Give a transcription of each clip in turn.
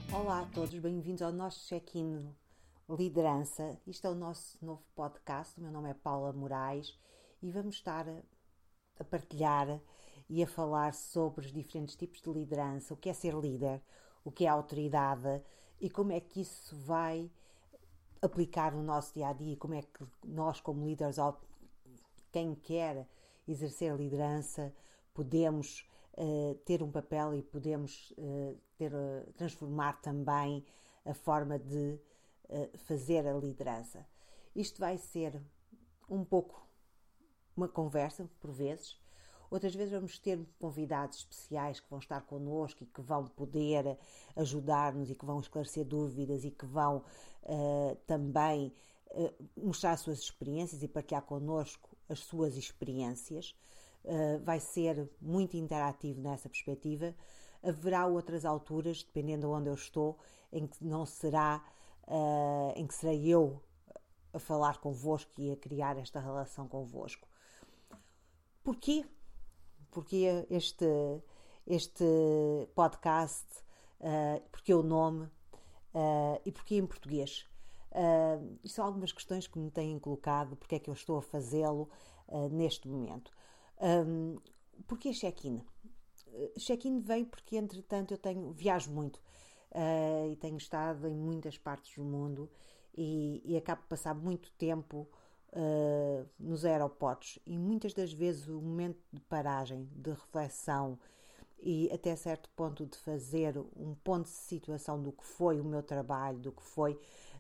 Olá a todos, bem-vindos ao nosso check-in Liderança. Isto é o nosso novo podcast. O meu nome é Paula Moraes e vamos estar a partilhar e a falar sobre os diferentes tipos de liderança, o que é ser líder, o que é autoridade e como é que isso vai aplicar no nosso dia-a-dia, como é que nós como líderes, quem quer exercer liderança, podemos ter um papel e podemos transformar também a forma de fazer a liderança. Isto vai ser um pouco uma conversa, por vezes. Outras vezes vamos ter convidados especiais que vão estar connosco e que vão poder ajudar-nos e que vão esclarecer dúvidas e que vão também mostrar as suas experiências e partilhar connosco as suas experiências. Vai ser muito interativo nessa perspectiva. Haverá outras alturas, dependendo de onde eu estou, em que não será, em que serei eu a falar convosco e a criar esta relação convosco. Porquê? Porque este podcast, porque o nome e porque em português. Isto são algumas questões que me têm colocado, porque é que eu estou a fazê-lo neste momento. Porquê check-in? Check-in vem porque, entretanto, viajo muito e tenho estado em muitas partes do mundo e acabo de passar muito tempo nos aeroportos e muitas das vezes o momento de paragem, de reflexão e até certo ponto de fazer um ponto de situação do que foi o meu trabalho, do que foi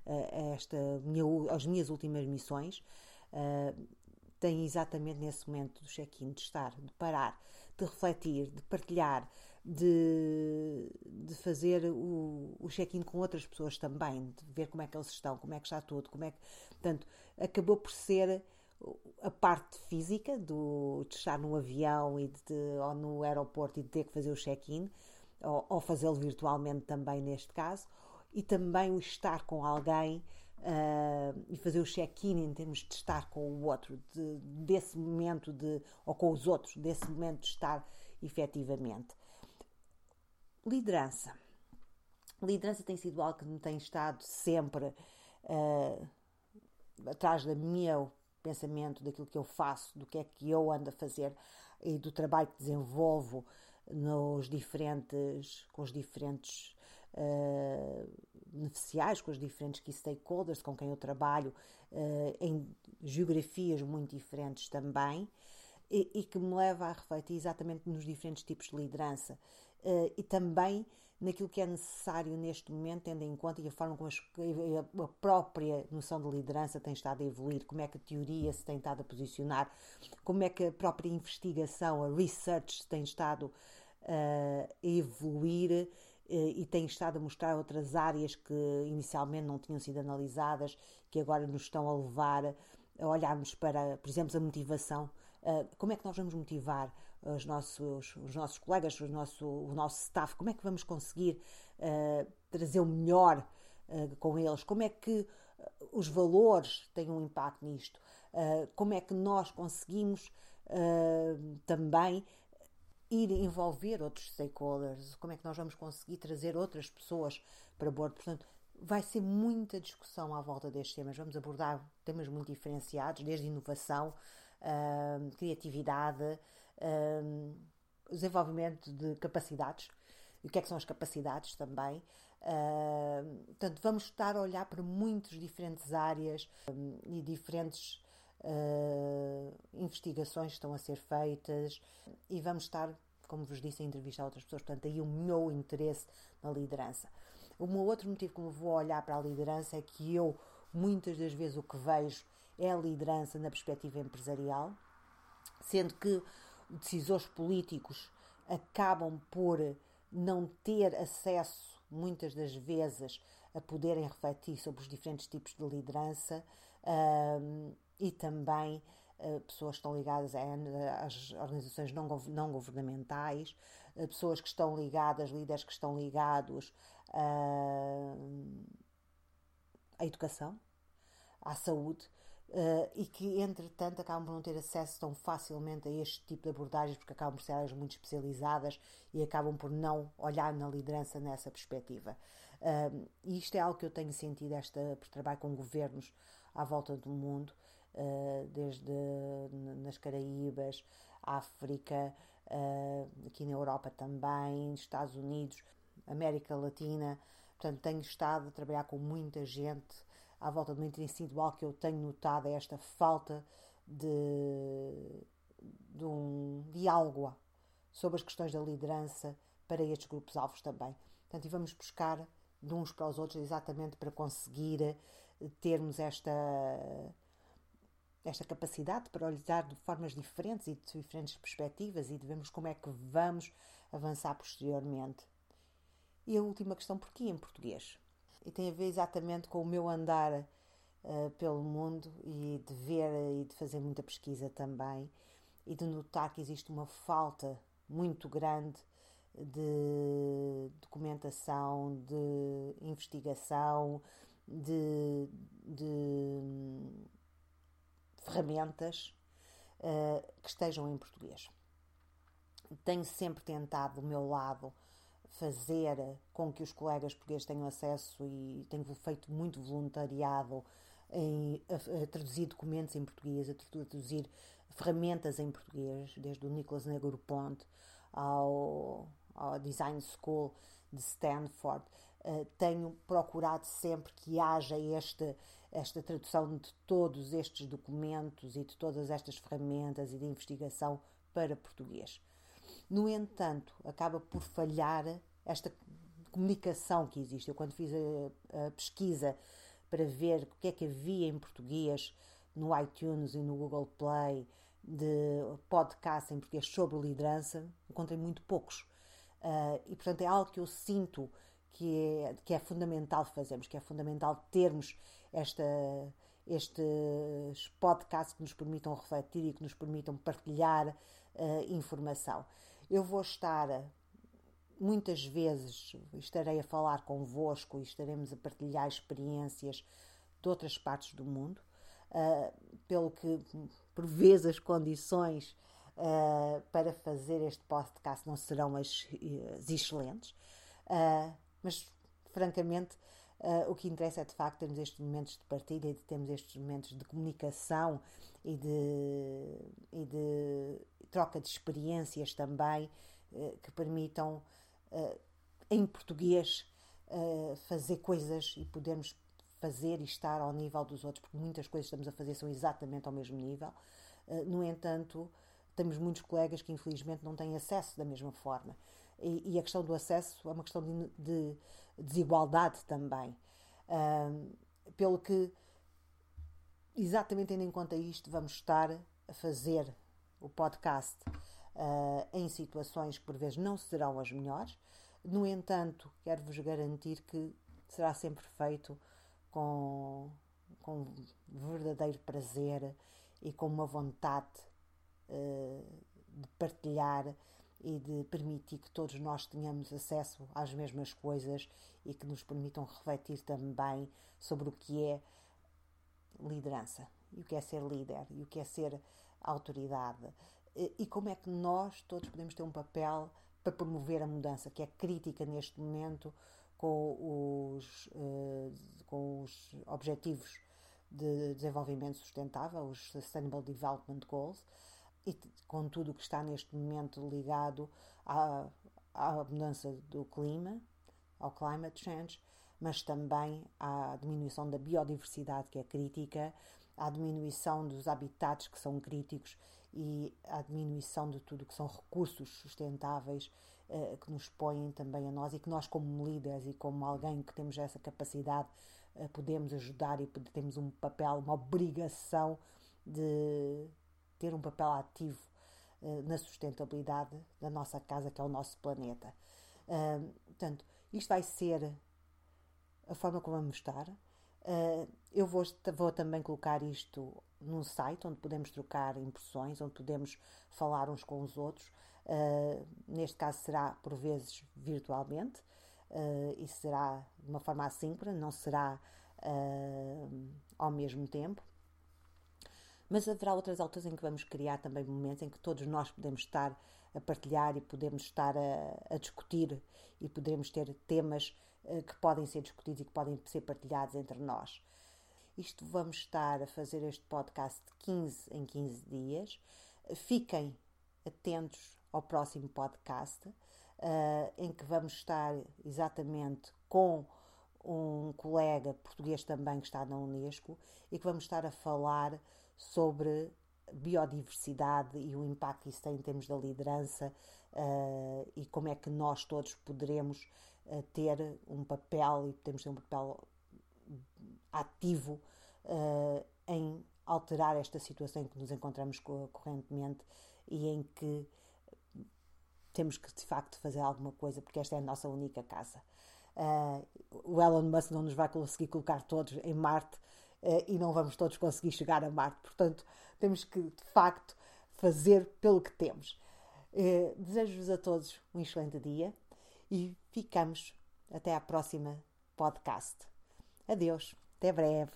as minhas últimas missões, tem exatamente nesse momento do check-in, de estar, de parar, de refletir, de partilhar, de fazer o check-in com outras pessoas também, de ver como é que eles estão, como é que está tudo, Portanto, acabou por ser a parte física de estar no avião ou no aeroporto e de ter que fazer o check-in, ou fazê-lo virtualmente também neste caso, e também o estar com alguém e fazer o check-in em termos de estar com o outro, desse momento ou com os outros, desse momento de estar efetivamente. Liderança. Liderança tem sido algo que me tem estado sempre atrás do meu pensamento, daquilo que eu faço, do que é que eu ando a fazer e do trabalho que desenvolvo com os diferentes beneficiários, com os diferentes key stakeholders com quem eu trabalho em geografias muito diferentes também e que me leva a refletir exatamente nos diferentes tipos de liderança e também naquilo que é necessário neste momento, tendo em conta e a forma como a própria noção de liderança tem estado a evoluir, como é que a teoria se tem estado a posicionar, como é que a própria investigação, a research tem estado a evoluir e tem estado a mostrar outras áreas que inicialmente não tinham sido analisadas, que agora nos estão a levar a olharmos para, por exemplo, a motivação. Como é que nós vamos motivar os nossos colegas, o nosso staff? Como é que vamos conseguir trazer o melhor com eles? Como é que os valores têm um impacto nisto? Como é que nós conseguimos também ir envolver outros stakeholders? Como é que nós vamos conseguir trazer outras pessoas para bordo? Portanto, vai ser muita discussão à volta destes temas. Vamos abordar temas muito diferenciados, desde inovação, criatividade, desenvolvimento de capacidades. E o que é que são as capacidades também? Portanto, vamos estar a olhar para muitas diferentes áreas e diferentes investigações estão a ser feitas e vamos estar, como vos disse, a entrevistar outras pessoas. Portanto, aí o meu interesse na liderança. O meu outro motivo como vou olhar para a liderança é que eu, muitas das vezes, o que vejo é a liderança na perspectiva empresarial, sendo que decisores políticos acabam por não ter acesso, muitas das vezes, a poderem refletir sobre os diferentes tipos de liderança e também pessoas que estão ligadas às organizações não governamentais, pessoas que estão ligadas, líderes que estão ligados à educação, à saúde, e que, entretanto, acabam por não ter acesso tão facilmente a este tipo de abordagens, porque acabam por ser áreas muito especializadas e acabam por não olhar na liderança nessa perspectiva. E isto é algo que eu tenho sentido por trabalho com governos à volta do mundo, desde nas Caraíbas, África, aqui na Europa também, Estados Unidos, América Latina. Portanto, tenho estado a trabalhar com muita gente à volta do tem sido algo que eu tenho notado é esta falta de um diálogo sobre as questões da liderança para estes grupos-alvos também. Portanto, e vamos buscar de uns para os outros exatamente para conseguir termos esta capacidade para olhar de formas diferentes e de diferentes perspectivas e de vermos como é que vamos avançar posteriormente. E a última questão, porquê em português? E tem a ver exatamente com o meu andar pelo mundo e de ver e de fazer muita pesquisa também e de notar que existe uma falta muito grande de documentação, de investigação, de ferramentas que estejam em português. Tenho sempre tentado, do meu lado, fazer com que os colegas portugueses tenham acesso e tenho feito muito voluntariado a traduzir documentos em português, a traduzir ferramentas em português, desde o Nicholas Negroponte ao Design School de Stanford. Tenho procurado sempre que haja esta tradução de todos estes documentos e de todas estas ferramentas e de investigação para português. No entanto, acaba por falhar esta comunicação que existe. Eu, quando fiz a pesquisa para ver o que é que havia em português no iTunes e no Google Play de podcasts em português sobre liderança, encontrei muito poucos. E, portanto, é algo que eu sinto que é fundamental fazermos, que é fundamental termos estes podcasts que nos permitam refletir e que nos permitam partilhar informação. Eu vou estar, muitas vezes, estarei a falar convosco e estaremos a partilhar experiências de outras partes do mundo, pelo que, por vezes, as condições para fazer este podcast não serão as excelentes, mas, francamente, o que interessa é, de facto, termos estes momentos de partilha e de termos estes momentos de comunicação e de troca de experiências também que permitam, em português, fazer coisas e podermos fazer e estar ao nível dos outros, porque muitas coisas que estamos a fazer são exatamente ao mesmo nível. No entanto, temos muitos colegas que, infelizmente, não têm acesso da mesma forma. E a questão do acesso é uma questão de desigualdade também. Pelo que, exatamente tendo em conta isto, vamos estar a fazer o podcast em situações que por vezes não serão as melhores. No entanto, quero-vos garantir que será sempre feito com verdadeiro prazer e com uma vontade de partilhar e de permitir que todos nós tenhamos acesso às mesmas coisas e que nos permitam refletir também sobre o que é liderança e o que é ser líder e o que é ser autoridade e como é que nós todos podemos ter um papel para promover a mudança que é crítica neste momento com os objetivos de desenvolvimento sustentável, os Sustainable Development Goals, e com tudo o que está neste momento ligado à mudança do clima, ao climate change, mas também à diminuição da biodiversidade, que é crítica, à diminuição dos habitats, que são críticos, e à diminuição de tudo que são recursos sustentáveis que nos põem também a nós e que nós, como líderes e como alguém que temos essa capacidade, podemos ajudar e temos um papel, uma obrigação de ter um papel ativo na sustentabilidade da nossa casa, que é o nosso planeta. Portanto, isto vai ser a forma como vamos estar. Eu vou também colocar isto num site onde podemos trocar impressões, onde podemos falar uns com os outros. Neste caso será por vezes virtualmente e será de uma forma assíncrona, não será ao mesmo tempo. Mas haverá outras alturas em que vamos criar também momentos em que todos nós podemos estar a partilhar e podemos estar a discutir e podemos ter temas que podem ser discutidos e que podem ser partilhados entre nós. Isto vamos estar a fazer este podcast de 15 em 15 dias. Fiquem atentos ao próximo podcast, em que vamos estar exatamente com um colega português também que está na Unesco e que vamos estar a falar sobre biodiversidade e o impacto que isso tem em termos da liderança e como é que nós todos poderemos ter um papel e podemos ter um papel ativo em alterar esta situação em que nos encontramos correntemente e em que temos que de facto fazer alguma coisa porque esta é a nossa única casa. O Elon Musk não nos vai conseguir colocar todos em Marte e não vamos todos conseguir chegar a Marte, portanto temos que de facto fazer pelo que temos. Desejo-vos a todos um excelente dia e ficamos até à próxima podcast. Adeus, até breve.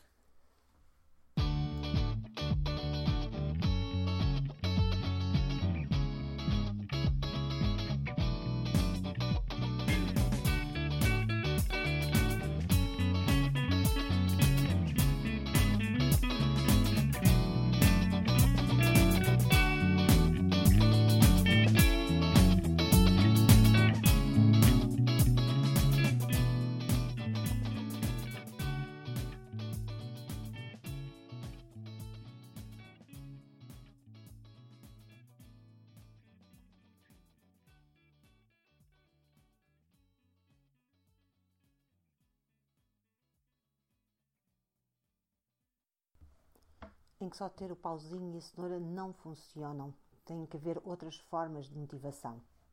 Em que só ter o pauzinho e a cenoura não funcionam. Tem que haver outras formas de motivação.